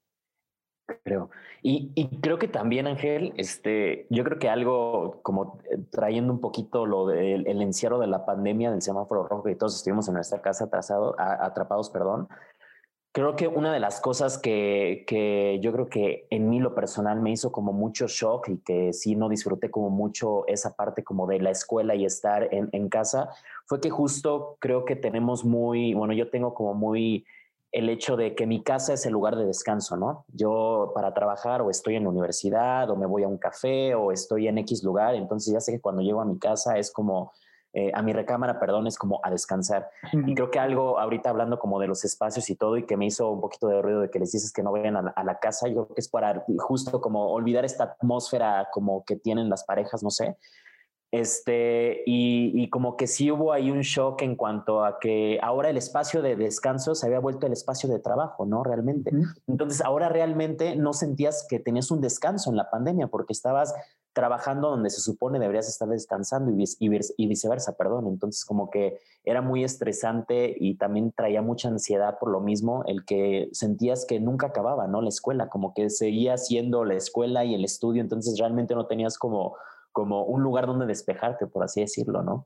Speaker 1: Creo. Y, y creo que también, Ángel, este, yo creo que algo como trayendo un poquito lo del el encierro de la pandemia, del semáforo rojo, que todos estuvimos en nuestra casa atrasado, a, atrapados, perdón. Creo que una de las cosas que, que yo creo que en mí lo personal me hizo como mucho shock y que sí no disfruté como mucho esa parte como de la escuela y estar en, en casa, fue que justo creo que tenemos muy, bueno, yo tengo como muy el hecho de que mi casa es el lugar de descanso, ¿no? Yo para trabajar o estoy en la universidad o me voy a un café o estoy en X lugar, entonces ya sé que cuando llego a mi casa es como... Eh, a mi recámara, perdón, es como a descansar. Uh-huh. Y creo que algo ahorita hablando como de los espacios y todo y que me hizo un poquito de ruido de que les dices que no vayan a la, a la casa, yo creo que es para justo como olvidar esta atmósfera como que tienen las parejas, no sé. Este, y, y como que sí hubo ahí un shock en cuanto a que ahora el espacio de descanso se había vuelto el espacio de trabajo, ¿no? Realmente. Uh-huh. Entonces ahora realmente no sentías que tenías un descanso en la pandemia porque estabas trabajando donde se supone deberías estar descansando y, vice, y viceversa, perdón. Entonces como que era muy estresante y también traía mucha ansiedad por lo mismo, el que sentías que nunca acababa, ¿no? La escuela, como que seguía siendo la escuela y el estudio, entonces realmente no tenías como, como un lugar donde despejarte, por así decirlo, ¿no?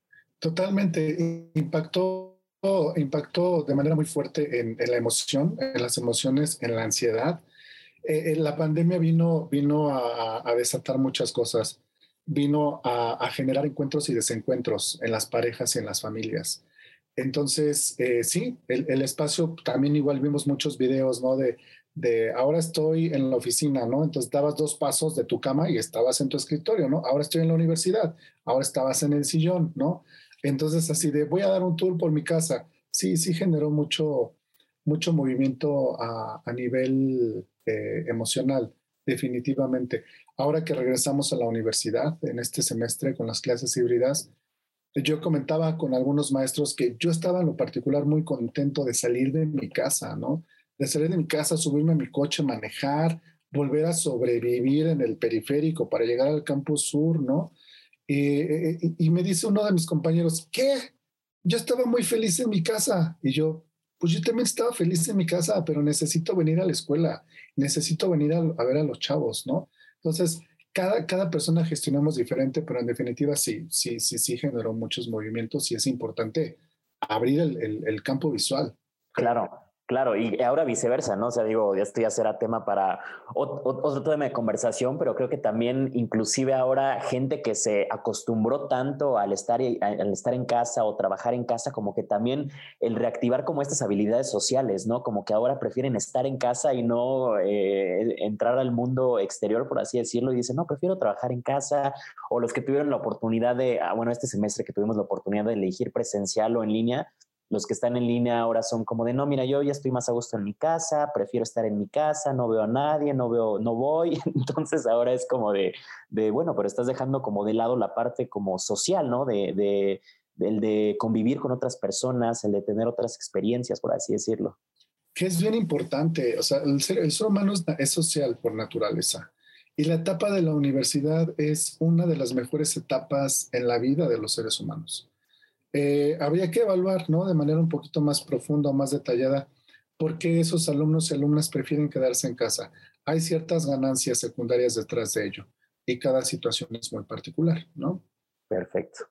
Speaker 4: Totalmente. Impactó, impactó de manera muy fuerte en, en la emoción, en las emociones, en la ansiedad. Eh, la pandemia vino, vino a, a desatar muchas cosas, vino a, a generar encuentros y desencuentros en las parejas y en las familias. Entonces, eh, sí, el, el espacio, también igual vimos muchos videos, ¿no? De, de ahora estoy en la oficina, ¿no? Entonces dabas dos pasos de tu cama y estabas en tu escritorio, ¿no? Ahora estoy en la universidad, ahora estabas en el sillón, ¿no? Entonces, así de voy a dar un tour por mi casa. Sí, sí generó mucho, mucho movimiento a, a nivel eh, emocional, definitivamente. Ahora que regresamos a la universidad en este semestre con las clases híbridas, yo comentaba con algunos maestros que yo estaba en lo particular muy contento de salir de mi casa, ¿no? De salir de mi casa, subirme a mi coche, manejar, volver a sobrevivir en el periférico para llegar al campus sur, ¿no? Y, y, y me dice uno de mis compañeros, ¿qué? Yo estaba muy feliz en mi casa. Y yo, pues yo también estaba feliz en mi casa, pero necesito venir a la escuela, necesito venir a, a ver a los chavos, ¿no? Entonces, cada, cada persona gestionamos diferente, pero en definitiva sí, sí, sí, sí generó muchos movimientos y es importante abrir el, el, el campo visual.
Speaker 1: Claro. Claro, y ahora viceversa, ¿no? O sea, digo, esto ya será tema para otro tema de conversación, pero creo que también inclusive ahora gente que se acostumbró tanto al estar, al estar en casa o trabajar en casa, como que también el reactivar como estas habilidades sociales, ¿no? Como que ahora prefieren estar en casa y no eh, entrar al mundo exterior, por así decirlo, y dicen, no, prefiero trabajar en casa, o los que tuvieron la oportunidad de, ah, bueno, este semestre que tuvimos la oportunidad de elegir presencial o en línea, los que están en línea ahora son como de, no, mira, yo ya estoy más a gusto en mi casa, prefiero estar en mi casa, no veo a nadie, no veo, no voy. Entonces ahora es como de, de bueno, pero estás dejando como de lado la parte como social, ¿no? De, de, de, el de convivir con otras personas, el de tener otras experiencias, por así decirlo.
Speaker 4: Que es bien importante, o sea, el ser, el ser humano es, es social por naturaleza. Y la etapa de la universidad es una de las mejores etapas en la vida de los seres humanos. Eh, habría que evaluar, ¿no? De manera un poquito más profunda o más detallada por qué esos alumnos y alumnas prefieren quedarse en casa. Hay ciertas ganancias secundarias detrás de ello y cada situación es muy particular, ¿no?
Speaker 1: Perfecto.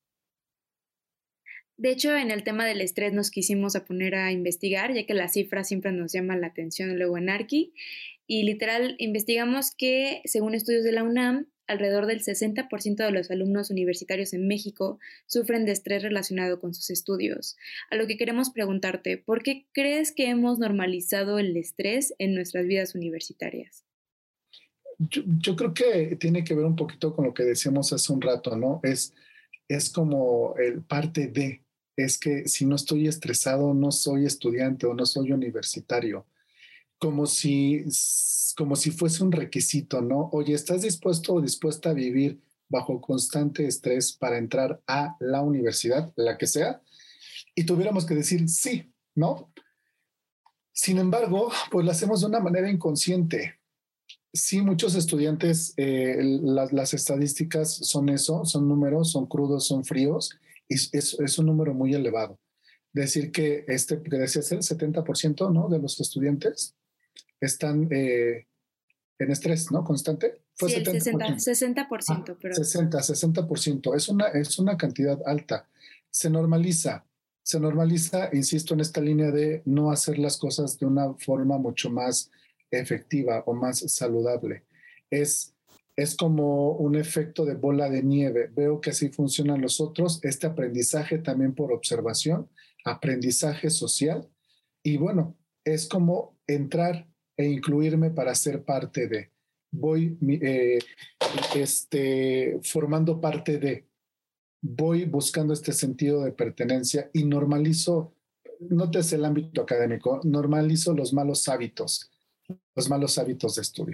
Speaker 3: De hecho, en el tema del estrés nos quisimos a poner a investigar, ya que las cifras siempre nos llaman la atención luego en Arqui, y literal investigamos que, según estudios de la UNAM, alrededor del sesenta por ciento de los alumnos universitarios en México sufren de estrés relacionado con sus estudios. A lo que queremos preguntarte, ¿por qué crees que hemos normalizado el estrés en nuestras vidas universitarias?
Speaker 4: Yo, yo creo que tiene que ver un poquito con lo que decíamos hace un rato, ¿no? Es, es como el parte de, es que si no estoy estresado, no soy estudiante o no soy universitario. Como si, como si fuese un requisito, ¿no? Oye, ¿estás dispuesto o dispuesta a vivir bajo constante estrés para entrar a la universidad, la que sea? Y tuviéramos que decir sí, ¿no? Sin embargo, pues lo hacemos de una manera inconsciente. Sí, muchos estudiantes, eh, las, las estadísticas son eso, son números, son crudos, son fríos, y es, es un número muy elevado. Decir que, este, que decías el setenta por ciento, ¿no? De los estudiantes están eh, en estrés, ¿no? Constante.
Speaker 3: Fue sí, setenta por ciento. el sesenta por ciento. Ah, pero...
Speaker 4: sesenta, sesenta por ciento. Es una, es una cantidad alta. Se normaliza, se normaliza, insisto, en esta línea de no hacer las cosas de una forma mucho más efectiva o más saludable. Es, es como un efecto de bola de nieve. Veo que así funcionan los otros. Este aprendizaje también por observación, aprendizaje social. Y bueno, es como entrar e incluirme para ser parte de. Voy eh, este, formando parte de. Voy buscando este sentido de pertenencia y normalizo, notes el ámbito académico, normalizo los malos hábitos, los malos hábitos de estudio.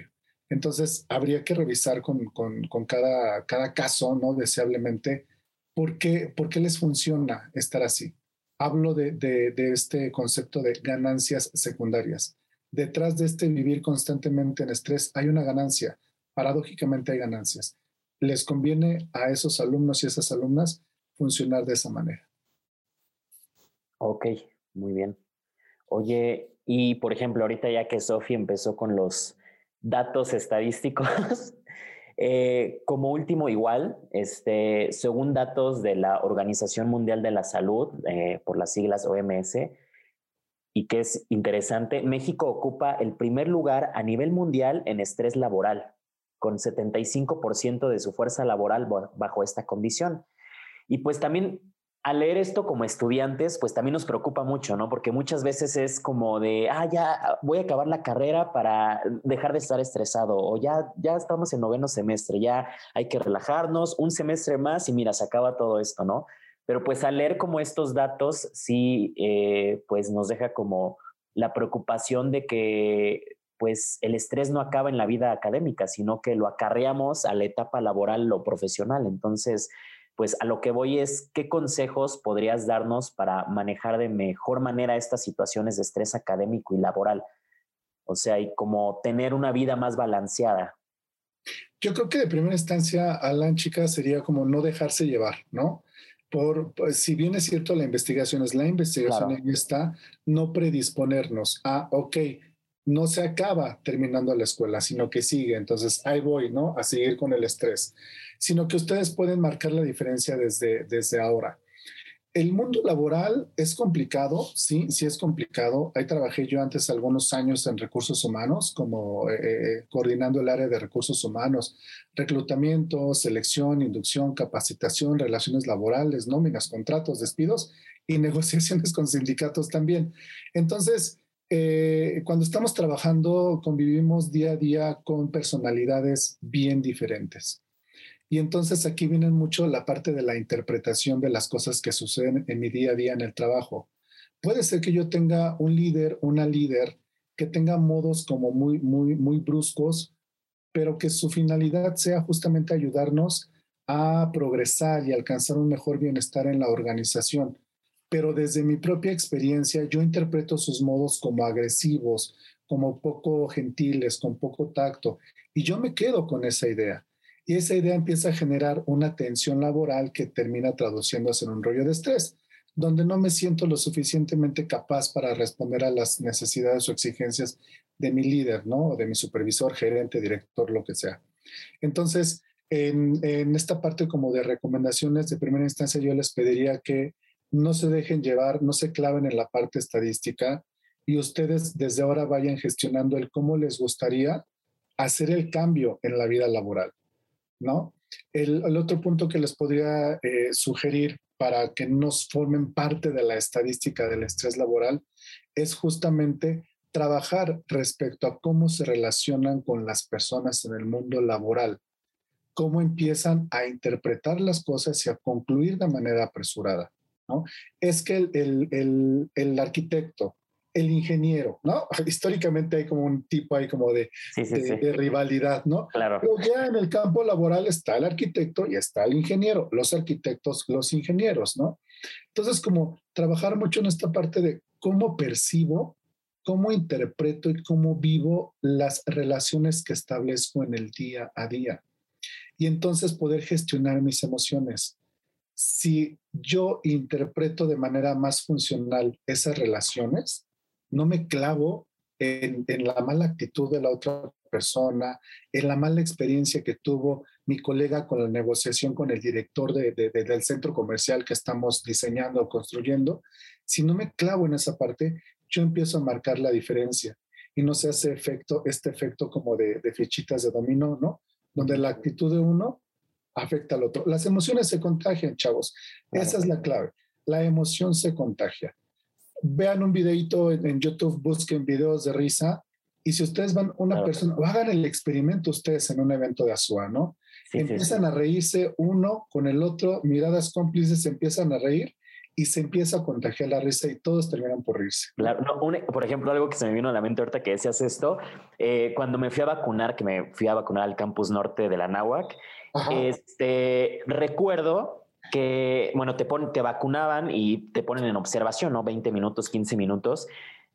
Speaker 4: Entonces, habría que revisar con, con, con cada, cada caso, ¿no? Deseablemente, ¿por qué, por qué les funciona estar así? Hablo de, de, de este concepto de ganancias secundarias. Detrás de este vivir constantemente en estrés hay una ganancia. Paradójicamente hay ganancias. Les conviene a esos alumnos y esas alumnas funcionar de esa manera.
Speaker 1: Ok, muy bien. Oye, y por ejemplo, ahorita ya que Sofi empezó con los datos estadísticos, eh, como último igual, este, según datos de la Organización Mundial de la Salud, eh, por las siglas O M S, y que es interesante, México ocupa el primer lugar a nivel mundial en estrés laboral, con setenta y cinco por ciento de su fuerza laboral bajo esta condición. Y pues también al leer esto como estudiantes, pues también nos preocupa mucho, ¿no? Porque muchas veces es como de, ah, ya voy a acabar la carrera para dejar de estar estresado, o ya, ya estamos en noveno semestre, ya hay que relajarnos, un semestre más y mira, se acaba todo esto, ¿no? Pero pues al leer como estos datos, sí, eh, pues nos deja como la preocupación de que pues el estrés no acaba en la vida académica, sino que lo acarreamos a la etapa laboral o profesional. Entonces, pues a lo que voy es, ¿qué consejos podrías darnos para manejar de mejor manera estas situaciones de estrés académico y laboral? O sea, y como tener una vida más balanceada.
Speaker 4: Yo creo que de primera instancia, Alan, chicas, sería como no dejarse llevar, ¿no? Por, pues, si bien es cierto, la investigación es la investigación,
Speaker 1: Claro.
Speaker 4: ahí está, no predisponernos a, ok, no se acaba terminando la escuela, sino que sigue. Entonces, ahí voy, ¿no? A seguir con el estrés. Sino que ustedes pueden marcar la diferencia desde, desde ahora. El mundo laboral es complicado, sí, sí es complicado. Ahí trabajé yo antes algunos años en recursos humanos, como eh, coordinando el área de recursos humanos, reclutamiento, selección, inducción, capacitación, relaciones laborales, nóminas, contratos, despidos y negociaciones con sindicatos también. Entonces, eh, cuando estamos trabajando, convivimos día a día con personalidades bien diferentes. Y entonces aquí viene mucho la parte de la interpretación de las cosas que suceden en mi día a día en el trabajo. Puede ser que yo tenga un líder, una líder que tenga modos como muy, muy, muy bruscos, pero que su finalidad sea justamente ayudarnos a progresar y alcanzar un mejor bienestar en la organización. Pero desde mi propia experiencia, yo interpreto sus modos como agresivos, como poco gentiles, con poco tacto, y yo me quedo con esa idea. Y esa idea empieza a generar una tensión laboral que termina traduciéndose en un rollo de estrés, donde no me siento lo suficientemente capaz para responder a las necesidades o exigencias de mi líder, ¿no? O de mi supervisor, gerente, director, lo que sea. Entonces, en, en esta parte como de recomendaciones de primera instancia, yo les pediría que no se dejen llevar, no se claven en la parte estadística y ustedes desde ahora vayan gestionando el cómo les gustaría hacer el cambio en la vida laboral, ¿no? El, el otro punto que les podría eh, sugerir para que nos formen parte de la estadística del estrés laboral es justamente trabajar respecto a cómo se relacionan con las personas en el mundo laboral, cómo empiezan a interpretar las cosas y a concluir de manera apresurada, ¿no? Es que el, el, el, el arquitecto, el ingeniero, ¿no? Históricamente hay como un tipo ahí como de,
Speaker 1: sí, sí,
Speaker 4: de,
Speaker 1: sí.
Speaker 4: de rivalidad, ¿no?
Speaker 1: Claro.
Speaker 4: Pero ya en el campo laboral está el arquitecto y está el ingeniero, los arquitectos, los ingenieros, ¿no? Entonces, como trabajar mucho en esta parte de cómo percibo, cómo interpreto y cómo vivo las relaciones que establezco en el día a día. Y entonces poder gestionar mis emociones. Si yo interpreto de manera más funcional esas relaciones, no me clavo en, en la mala actitud de la otra persona, en la mala experiencia que tuvo mi colega con la negociación con el director de, de, de, del centro comercial que estamos diseñando o construyendo. Si no me clavo en esa parte, yo empiezo a marcar la diferencia y no se hace efecto, este efecto como de, de fichitas de dominó, ¿no? Donde la actitud de uno afecta al otro. Las emociones se contagian, chavos. Claro. Esa es la clave. La emoción se contagia. Vean un videito en, en YouTube, busquen videos de risa y si ustedes van una claro. persona, o hagan el experimento ustedes en un evento de ASUA, ¿no? Sí, Empiezan sí, sí. a reírse uno con el otro, miradas cómplices, empiezan a reír y se empieza a contagiar la risa y todos terminan por reírse.
Speaker 1: Claro, no, un, por ejemplo, algo que se me vino a la mente ahorita que decías esto, eh, cuando me fui a vacunar, que me fui a vacunar al campus norte de la Anáhuac, este, recuerdo que, bueno, te, pon, te vacunaban y te ponen en observación, ¿no? veinte minutos, quince minutos.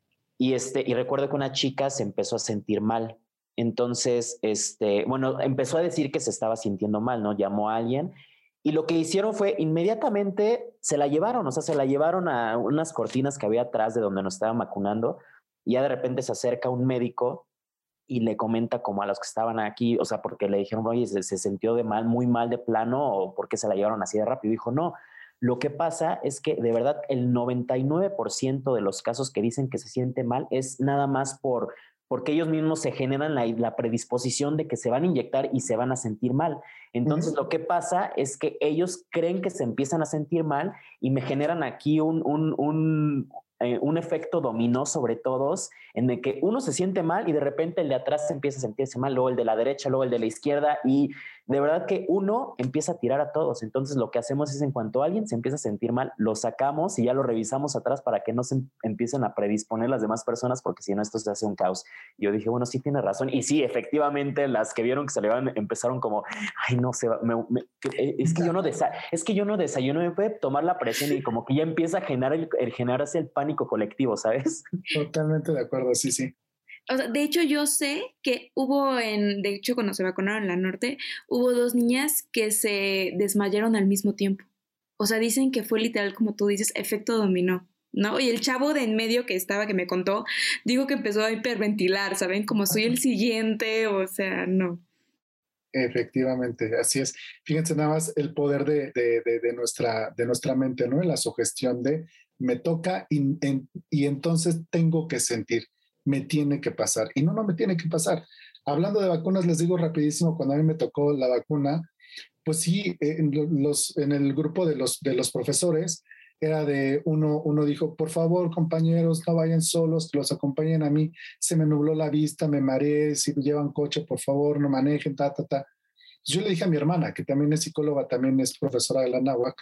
Speaker 1: Y, este, y recuerdo que una chica se empezó a sentir mal. Entonces, este, bueno, empezó a decir que se estaba sintiendo mal, ¿no? Llamó a alguien y lo que hicieron fue inmediatamente se la llevaron, o sea, se la llevaron a unas cortinas que había atrás de donde nos estaban vacunando y ya de repente se acerca un médico y le comenta como a los que estaban aquí, o sea, porque le dijeron, oye, se, se sintió de mal, muy mal de plano o por qué se la llevaron así de rápido. Y dijo, no, lo que pasa es que de verdad el noventa y nueve por ciento de los casos que dicen que se siente mal es nada más por porque ellos mismos se generan la, la predisposición de que se van a inyectar y se van a sentir mal. Entonces, uh-huh. lo que pasa es que ellos creen que se empiezan a sentir mal y me generan aquí un, un, un, eh, un efecto dominó sobre todos, en el que uno se siente mal y de repente el de atrás se empieza a sentirse mal, luego el de la derecha, luego el de la izquierda, y de verdad que uno empieza a tirar a todos. Entonces, lo que hacemos es, en cuanto alguien se empieza a sentir mal, lo sacamos y ya lo revisamos atrás para que no se empiecen a predisponer las demás personas, porque si no, esto se hace un caos. Y yo dije, bueno, sí tiene razón. Y sí, efectivamente, las que vieron que se le van, empezaron como, ay, no se va, me, me, es que yo no desa, es que yo no desayuno, me puede tomar la presión y como que ya empieza a generar el, el generarse el pánico colectivo, ¿sabes?
Speaker 4: Totalmente de acuerdo, sí, sí.
Speaker 3: O sea, de hecho, yo sé que hubo en, de hecho, cuando se vacunaron en la norte, hubo dos niñas que se desmayaron al mismo tiempo. O sea, dicen que fue literal, como tú dices, efecto dominó, ¿no? Y el chavo de en medio que estaba, que me contó, dijo que empezó a hiperventilar, ¿saben? Como soy el siguiente, o sea, no.
Speaker 4: Efectivamente, así es. Fíjense nada más el poder de, de, de, de, nuestra, de nuestra mente, ¿no? La sugestión de me toca y, en, y entonces tengo que sentir. Me tiene que pasar. Y no, no me tiene que pasar. Hablando de vacunas, les digo rapidísimo, cuando a mí me tocó la vacuna, pues sí, en, los, en el grupo de los, de los profesores, era de uno, uno dijo, por favor, compañeros, no vayan solos, que los acompañen a mí, se me nubló la vista, me mareé, si llevan coche, por favor, no manejen, ta, ta, ta. Yo le dije a mi hermana, que también es psicóloga, también es profesora de la Anáhuac,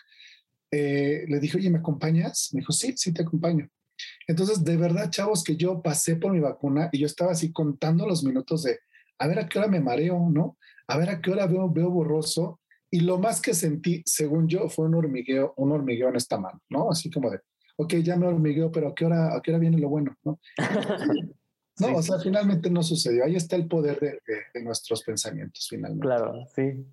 Speaker 4: eh, le dije, oye, ¿me acompañas? Me dijo, sí, sí te acompaño. Entonces, de verdad, chavos, que yo pasé por mi vacuna y yo estaba así contando los minutos de a ver a qué hora me mareo, ¿no? A ver a qué hora veo, veo borroso. Y lo más que sentí, según yo, fue un hormigueo, un hormigueo en esta mano, ¿no? Así como de, ok, ya me hormigueo, pero ¿a qué hora, a qué hora viene lo bueno, no? No, sí, o sea, sí. Finalmente no sucedió. Ahí está el poder de, de, de nuestros pensamientos, finalmente.
Speaker 1: Claro, sí.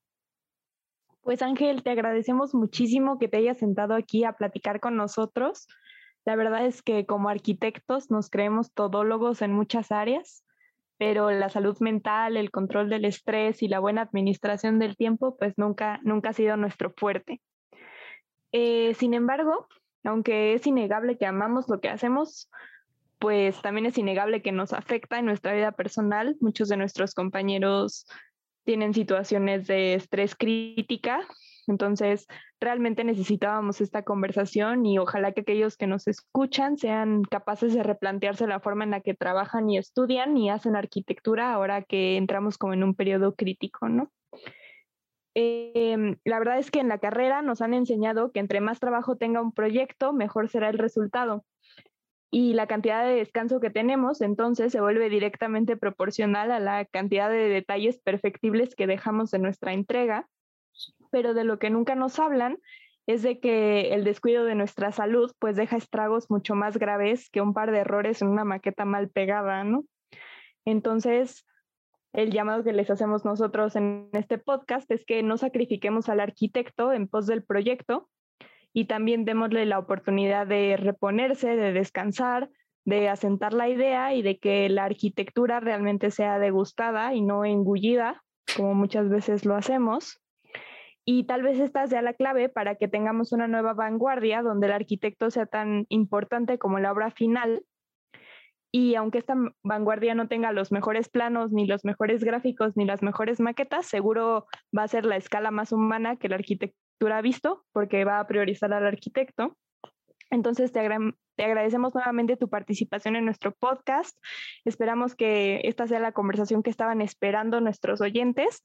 Speaker 2: Pues Ángel, te agradecemos muchísimo que te hayas sentado aquí a platicar con nosotros. La verdad es que como arquitectos nos creemos todólogos en muchas áreas, pero la salud mental, el control del estrés y la buena administración del tiempo, pues nunca, nunca ha sido nuestro fuerte. Eh, sin embargo, aunque es innegable que amamos lo que hacemos, pues también es innegable que nos afecta en nuestra vida personal. Muchos de nuestros compañeros tienen situaciones de estrés crítica. Entonces, realmente necesitábamos esta conversación y ojalá que aquellos que nos escuchan sean capaces de replantearse la forma en la que trabajan y estudian y hacen arquitectura ahora que entramos como en un periodo crítico, ¿no? Eh, la verdad es que en la carrera nos han enseñado que entre más trabajo tenga un proyecto, mejor será el resultado. Y la cantidad de descanso que tenemos, entonces, se vuelve directamente proporcional a la cantidad de detalles perfectibles que dejamos en nuestra entrega. Pero de lo que nunca nos hablan es de que el descuido de nuestra salud pues deja estragos mucho más graves que un par de errores en una maqueta mal pegada, ¿no? Entonces, el llamado que les hacemos nosotros en este podcast es que no sacrifiquemos al arquitecto en pos del proyecto y también démosle la oportunidad de reponerse, de descansar, de asentar la idea y de que la arquitectura realmente sea degustada y no engullida, como muchas veces lo hacemos. Y tal vez esta sea la clave para que tengamos una nueva vanguardia donde el arquitecto sea tan importante como la obra final. Y aunque esta vanguardia no tenga los mejores planos, ni los mejores gráficos, ni las mejores maquetas, seguro va a ser la escala más humana que la arquitectura ha visto, porque va a priorizar al arquitecto. Entonces te, agra- te agradecemos nuevamente tu participación en nuestro podcast. Esperamos que esta sea la conversación que estaban esperando nuestros oyentes,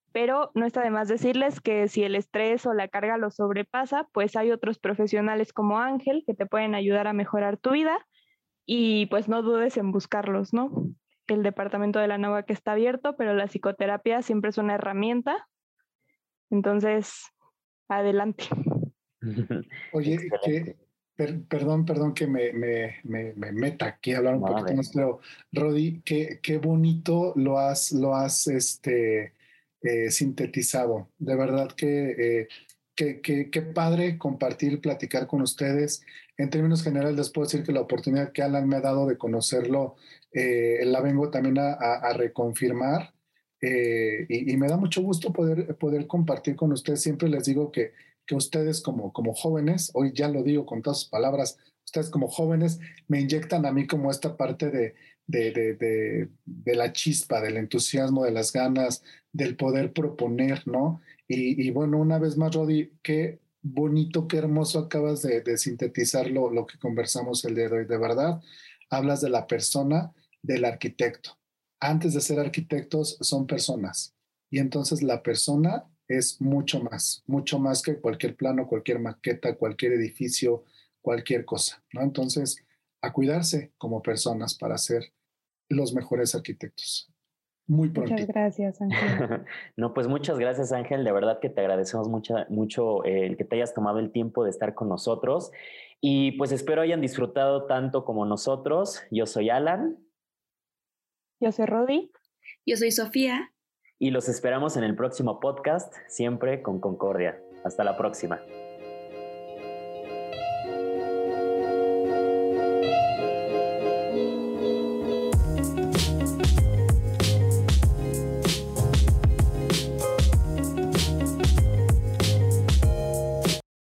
Speaker 2: pero no está de más decirles que si el estrés o la carga lo sobrepasa, pues hay otros profesionales como Ángel que te pueden ayudar a mejorar tu vida y pues no dudes en buscarlos, ¿no? El departamento de la Náhuac está abierto, pero la psicoterapia siempre es una herramienta, entonces, adelante.
Speaker 4: Oye, que, per, perdón, perdón que me, me, me, me meta aquí a hablar un poquito más, pero Rodi, qué, qué bonito lo has, lo has este, eh, sintetizado. De verdad que eh, qué, qué, qué padre compartir, platicar con ustedes. En términos generales, les puedo decir que la oportunidad que Alan me ha dado de conocerlo, eh, la vengo también a, a, a reconfirmar. Eh, y, y me da mucho gusto poder, poder compartir con ustedes. Siempre les digo que que ustedes como, como jóvenes, hoy ya lo digo con todas sus palabras, ustedes como jóvenes me inyectan a mí como esta parte de, de, de, de, de la chispa, del entusiasmo, de las ganas, del poder proponer, ¿no? Y, y bueno, una vez más, Rodi, qué bonito, qué hermoso acabas de, de sintetizar lo, lo que conversamos el día de hoy. De verdad, hablas de la persona, del arquitecto. Antes de ser arquitectos, son personas. Y entonces la persona es mucho más, mucho más que cualquier plano, cualquier maqueta, cualquier edificio, cualquier cosa, ¿no? Entonces, a cuidarse como personas para ser los mejores arquitectos. Muy pronto.
Speaker 2: Muchas gracias, Ángel.
Speaker 1: No, pues muchas gracias, Ángel. De verdad que te agradecemos mucho, mucho eh, el que te hayas tomado el tiempo de estar con nosotros. Y pues espero hayan disfrutado tanto como nosotros. Yo soy Alan.
Speaker 2: Yo soy Rodi.
Speaker 3: Yo soy Sofía.
Speaker 1: Y los esperamos en el próximo podcast, siempre con Concordia. Hasta la próxima.